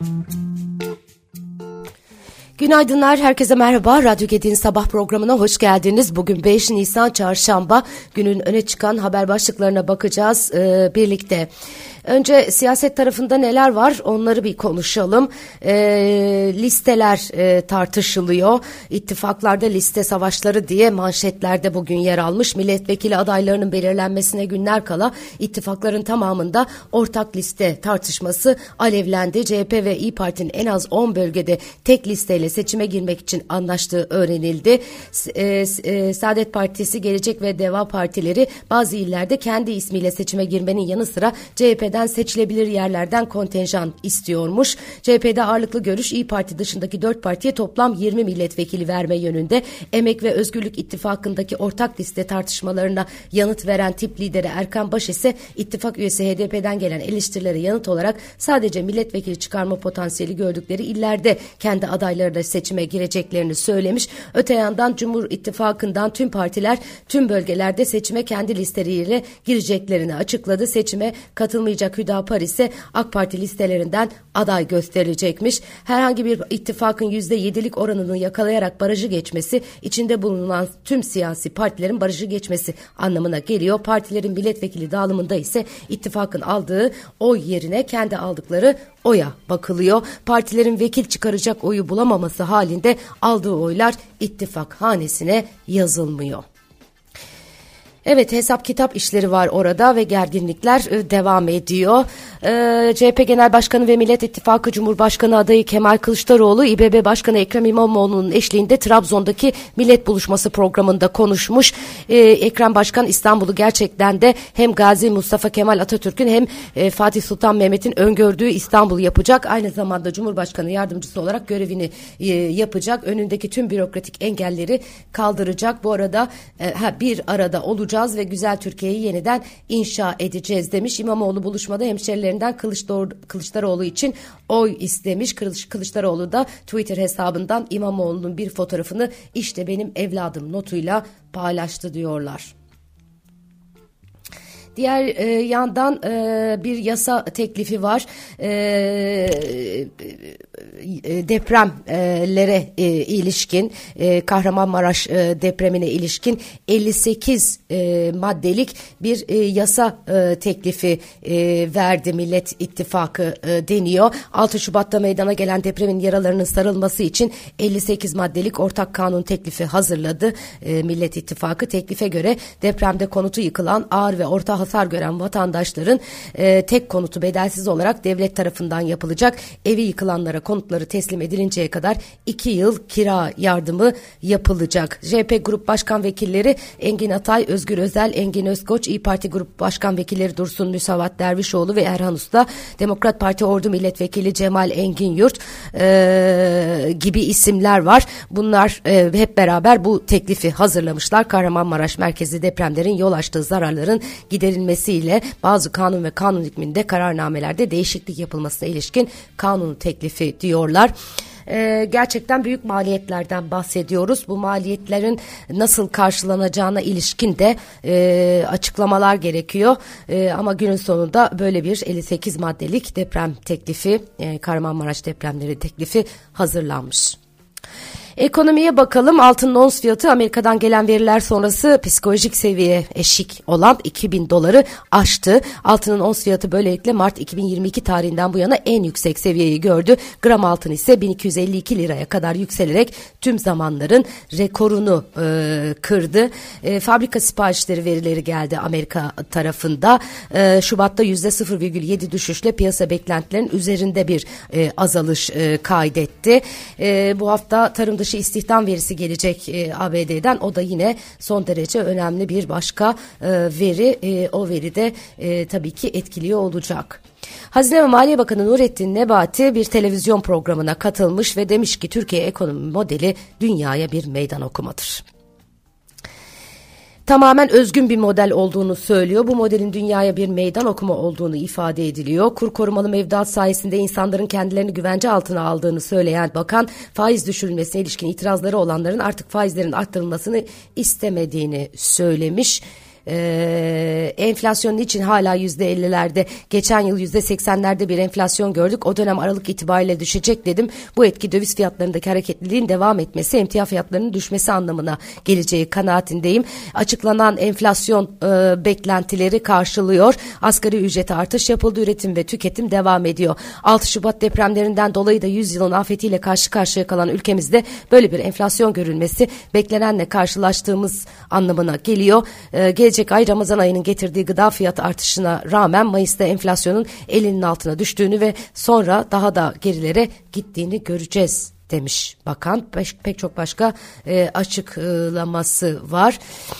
Günaydınlar, herkese merhaba. Radyo Gedi'nin sabah programına hoş geldiniz. Bugün 5 Nisan Çarşamba, günün öne çıkan haber başlıklarına bakacağız birlikte. Önce siyaset tarafında neler var onları bir konuşalım. Listeler tartışılıyor. İttifaklarda liste savaşları diye manşetlerde bugün yer almış. Milletvekili adaylarının belirlenmesine günler kala ittifakların tamamında ortak liste tartışması alevlendi. CHP ve İYİ Parti'nin en az 10 bölgede tek listeyle seçime girmek için anlaştığı öğrenildi. Saadet Partisi, Gelecek ve Deva Partileri bazı illerde kendi ismiyle seçime girmenin yanı sıra CHP'den seçilebilir yerlerden kontenjan istiyormuş. CHP'de ağırlıklı görüş İYİ Parti dışındaki 4 partiye toplam 20 milletvekili verme yönünde. Emek ve Özgürlük İttifakı'ndaki ortak liste tartışmalarına yanıt veren tip lideri Erkan Baş ise ittifak üyesi HDP'den gelen eleştirilere yanıt olarak sadece milletvekili çıkarma potansiyeli gördükleri illerde kendi adaylarıyla seçime gireceklerini söylemiş. Öte yandan Cumhur İttifakı'ndan tüm partiler tüm bölgelerde seçime kendi listeleriyle gireceklerini açıkladı. Seçime katılmayacak Hüdapar ise AK Parti listelerinden aday gösterilecekmiş. Herhangi bir ittifakın %7'lik oranını yakalayarak barajı geçmesi, içinde bulunan tüm siyasi partilerin barajı geçmesi anlamına geliyor. Partilerin milletvekili dağılımında ise ittifakın aldığı oy yerine kendi aldıkları oya bakılıyor. Partilerin vekil çıkaracak oyu bulamaması halinde aldığı oylar ittifak hanesine yazılmıyor. Evet, hesap kitap işleri var orada ve gerginlikler devam ediyor. CHP Genel Başkanı ve Millet İttifakı Cumhurbaşkanı adayı Kemal Kılıçdaroğlu, İBB Başkanı Ekrem İmamoğlu'nun eşliğinde Trabzon'daki millet buluşması programında konuşmuş. Ekrem Başkan İstanbul'u gerçekten de hem Gazi Mustafa Kemal Atatürk'ün hem Fatih Sultan Mehmet'in öngördüğü İstanbul yapacak. Aynı zamanda Cumhurbaşkanı yardımcısı olarak görevini yapacak. Önündeki tüm bürokratik engelleri kaldıracak. Bu arada bir arada olacak ve güzel Türkiye'yi yeniden inşa edeceğiz demiş. İmamoğlu buluşmada hemşerilerinden Kılıçdaroğlu için oy istemiş. Kılıçdaroğlu da Twitter hesabından İmamoğlu'nun bir fotoğrafını "İşte benim evladım" notuyla paylaştı diyorlar. Diğer yandan bir yasa teklifi var. Depremlere ilişkin, Kahramanmaraş depremine ilişkin 58 maddelik bir yasa teklifi verdi Millet İttifakı deniyor. 6 Şubat'ta meydana gelen depremin yaralarının sarılması için 58 maddelik ortak kanun teklifi hazırladı Millet İttifakı. Teklife göre depremde konutu yıkılan ağır ve orta hasar gören vatandaşların tek konutu bedelsiz olarak devlet tarafından yapılacak. Evi yıkılanlara konutları teslim edilinceye kadar 2 yıl kira yardımı yapılacak. CHP Grup Başkan Vekilleri Engin Atay, Özgür Özel, Engin Özkoç, İYİ Parti Grup Başkan Vekilleri Dursun Müsavat Dervişoğlu ve Erhan Usta, Demokrat Parti Ordu Milletvekili Cemal Engin Yurt gibi isimler var. Bunlar hep beraber bu teklifi hazırlamışlar. Kahramanmaraş merkezi depremlerin yol açtığı zararların giderilmesiyle bazı kanun ve kanun hükmünde kararnamelerde değişiklik yapılmasına ilişkin kanun teklifi diyorlar. Gerçekten büyük maliyetlerden bahsediyoruz. Bu maliyetlerin nasıl karşılanacağına ilişkin de açıklamalar gerekiyor. Ama günün sonunda böyle bir 58 maddelik deprem teklifi, Kahramanmaraş depremleri teklifi hazırlanmış. Ekonomiye bakalım. Altının ons fiyatı Amerika'dan gelen veriler sonrası psikolojik seviyeye eşik olan $2.000 aştı. Altının ons fiyatı böylelikle Mart 2022 tarihinden bu yana en yüksek seviyeyi gördü. Gram altın ise 1252 liraya kadar yükselerek tüm zamanların rekorunu kırdı. Fabrika siparişleri verileri geldi Amerika tarafında. Şubat'ta %0,7 düşüşle piyasa beklentilerinin üzerinde bir azalış kaydetti. Bu hafta tarım dışı istihdam verisi gelecek ABD'den. O da yine son derece önemli bir başka veri. O veri de tabii ki etkiliyor olacak. Hazine ve Maliye Bakanı Nurettin Nebati bir televizyon programına katılmış ve demiş ki Türkiye ekonomi modeli dünyaya bir meydan okumadır. Tamamen özgün bir model olduğunu söylüyor. Bu modelin dünyaya bir meydan okuma olduğunu ifade ediliyor. Kur korumalı mevduat sayesinde insanların kendilerini güvence altına aldığını söyleyen bakan, faiz düşürülmesine ilişkin itirazları olanların artık faizlerin arttırılmasını istemediğini söylemiş. Enflasyon için hala %50'lerde, geçen yıl %80'lerde bir enflasyon gördük. O dönem Aralık itibariyle düşecek dedim. Bu etki döviz fiyatlarındaki hareketliliğin devam etmesi, emtia fiyatlarının düşmesi anlamına geleceği kanaatindeyim. Açıklanan enflasyon beklentileri karşılıyor. Asgari ücrete artış yapıldı. Üretim ve tüketim devam ediyor. 6 Şubat depremlerinden dolayı da 100 yılın afetiyle karşı karşıya kalan ülkemizde böyle bir enflasyon görülmesi beklenenle karşılaştığımız anlamına geliyor. Gelecek ay Ramazan ayının getirdiği gıda fiyatı artışına rağmen Mayıs'ta enflasyonun elinin altına düştüğünü ve sonra daha da gerilere gittiğini göreceğiz demiş bakan. Pek çok başka açıklaması var.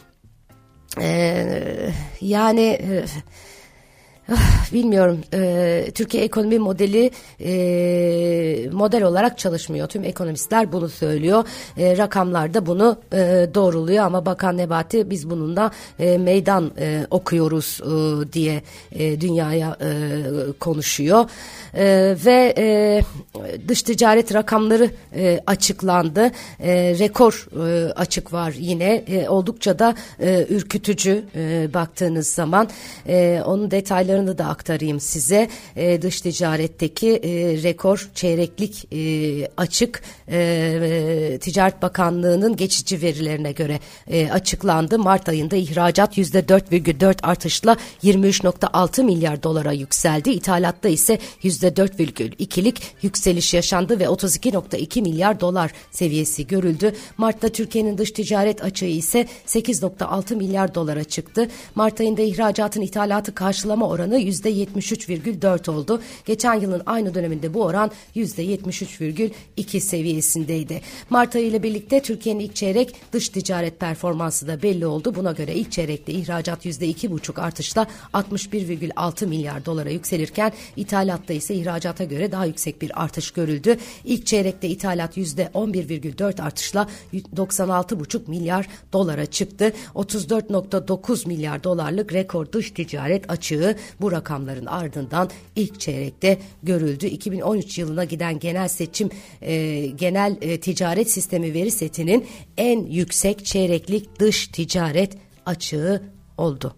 Bilmiyorum, Türkiye ekonomi modeli model olarak çalışmıyor. Tüm ekonomistler bunu söylüyor. Rakamlar da bunu doğruluyor ama Bakan Nebati biz bununla meydan okuyoruz diye dünyaya konuşuyor. Ve dış ticaret rakamları açıklandı. Rekor açık var yine. Oldukça da ürkütücü baktığınız zaman. Onun detaylarını da aktarayım size. Dış ticaretteki rekor çeyreklik açık Ticaret Bakanlığı'nın geçici verilerine göre açıklandı. Mart ayında ihracat %4,4 artışla 23,6 milyar dolara yükseldi. İthalatta ise %4,2'lik yükseliş yaşandı ve 32,2 milyar dolar seviyesi görüldü. Mart'ta Türkiye'nin dış ticaret açığı ise 8,6 milyar dolara çıktı. Mart ayında ihracatın ithalatı karşılama oranı %73,4 oldu. Geçen yılın aynı döneminde bu oran %73,2 seviyesindeydi. Mart ayı ile birlikte Türkiye'nin ilk çeyrek dış ticaret performansı da belli oldu. Buna göre ilk çeyrekte ihracat %2,5 artışla 61,6 milyar dolara yükselirken ithalatta ise ihracata göre daha yüksek bir artış görüldü. İlk çeyrekte ithalat %11,4 artışla 96,5 milyar dolara çıktı. 34,9 milyar dolarlık rekor dış ticaret açığı bu rakamların ardından ilk çeyrekte görüldü. 2013 yılına giden genel ticaret sistemi veri setinin en yüksek çeyreklik dış ticaret açığı oldu.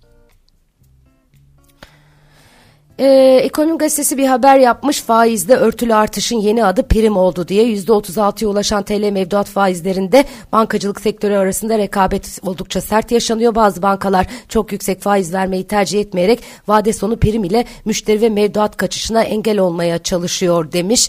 Ekonomi Gazetesi bir haber yapmış. Faizde örtülü artışın yeni adı prim oldu diye. %36'ya ulaşan TL mevduat faizlerinde bankacılık sektörü arasında rekabet oldukça sert yaşanıyor. Bazı bankalar çok yüksek faiz vermeyi tercih etmeyerek vade sonu prim ile müşteri ve mevduat kaçışına engel olmaya çalışıyor demiş.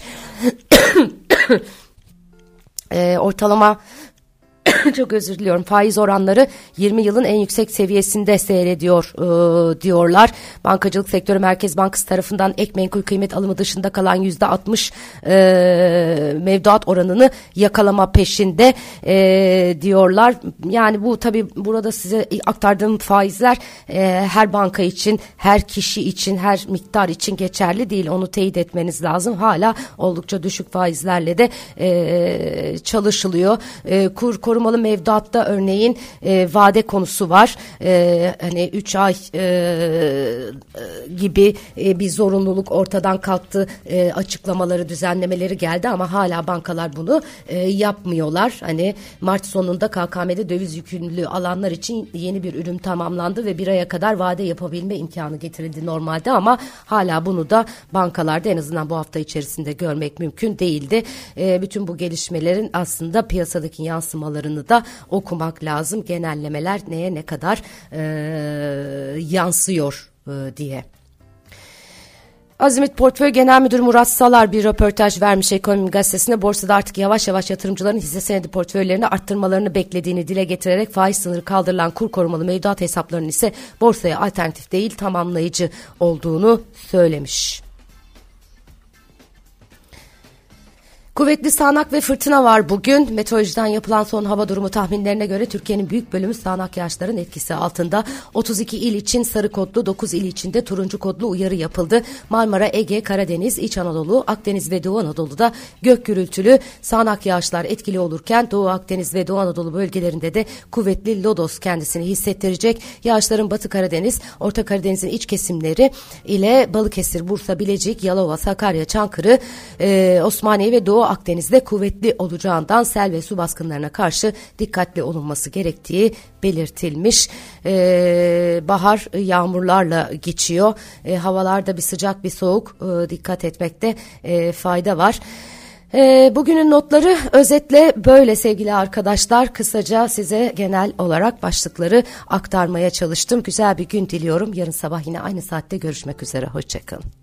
Ortalama çok özür diliyorum. Faiz oranları 20 yılın en yüksek seviyesinde seyrediyor diyorlar. Bankacılık sektörü Merkez Bankası tarafından ek menkul kıymet alımı dışında kalan %60 mevduat oranını yakalama peşinde diyorlar. Yani bu tabii burada size aktardığım faizler her banka için, her kişi için, her miktar için geçerli değil. Onu teyit etmeniz lazım. Hala oldukça düşük faizlerle de çalışılıyor. Kur korumalı mevduatta örneğin vade konusu var. Hani 3 ay gibi bir zorunluluk ortadan kalktı. Açıklamaları, düzenlemeleri geldi ama hala bankalar bunu yapmıyorlar. Hani Mart sonunda KKM'de döviz yükümlülüğü alanlar için yeni bir ürün tamamlandı ve bir aya kadar vade yapabilme imkanı getirildi normalde ama hala bunu da bankalarda en azından bu hafta içerisinde görmek mümkün değildi. Bütün bu gelişmelerin aslında piyasadaki yansımalarını da okumak lazım. Genellemeler neye ne kadar yansıyor diye. Azimut Portföy Genel Müdürü Murat Salar bir röportaj vermiş Ekonomi Gazetesi'ne. Borsada artık yavaş yavaş yatırımcıların hisse senedi portföylerini arttırmalarını beklediğini dile getirerek faiz sınırı kaldırılan kur korumalı mevduat hesaplarının ise borsaya alternatif değil tamamlayıcı olduğunu söylemiş. Kuvvetli sağanak ve fırtına var bugün. Meteorolojiden yapılan son hava durumu tahminlerine göre Türkiye'nin büyük bölümü sağanak yağışların etkisi altında. 32 il için sarı kodlu, 9 il için de turuncu kodlu uyarı yapıldı. Marmara, Ege, Karadeniz, İç Anadolu, Akdeniz ve Doğu Anadolu'da gök gürültülü sağanak yağışlar etkili olurken Doğu Akdeniz ve Doğu Anadolu bölgelerinde de kuvvetli lodos kendisini hissettirecek. Yağışların Batı Karadeniz, Orta Karadeniz'in iç kesimleri ile Balıkesir, Bursa, Bilecik, Yalova, Sakarya, Çankırı, Osmaniye ve Doğu Doğu Akdeniz'de kuvvetli olacağından sel ve su baskınlarına karşı dikkatli olunması gerektiği belirtilmiş. Bahar yağmurlarla geçiyor. Havalarda bir sıcak bir soğuk, dikkat etmekte fayda var. Bugünün notları özetle böyle sevgili arkadaşlar. Kısaca size genel olarak başlıkları aktarmaya çalıştım. Güzel bir gün diliyorum. Yarın sabah yine aynı saatte görüşmek üzere. Hoşçakalın.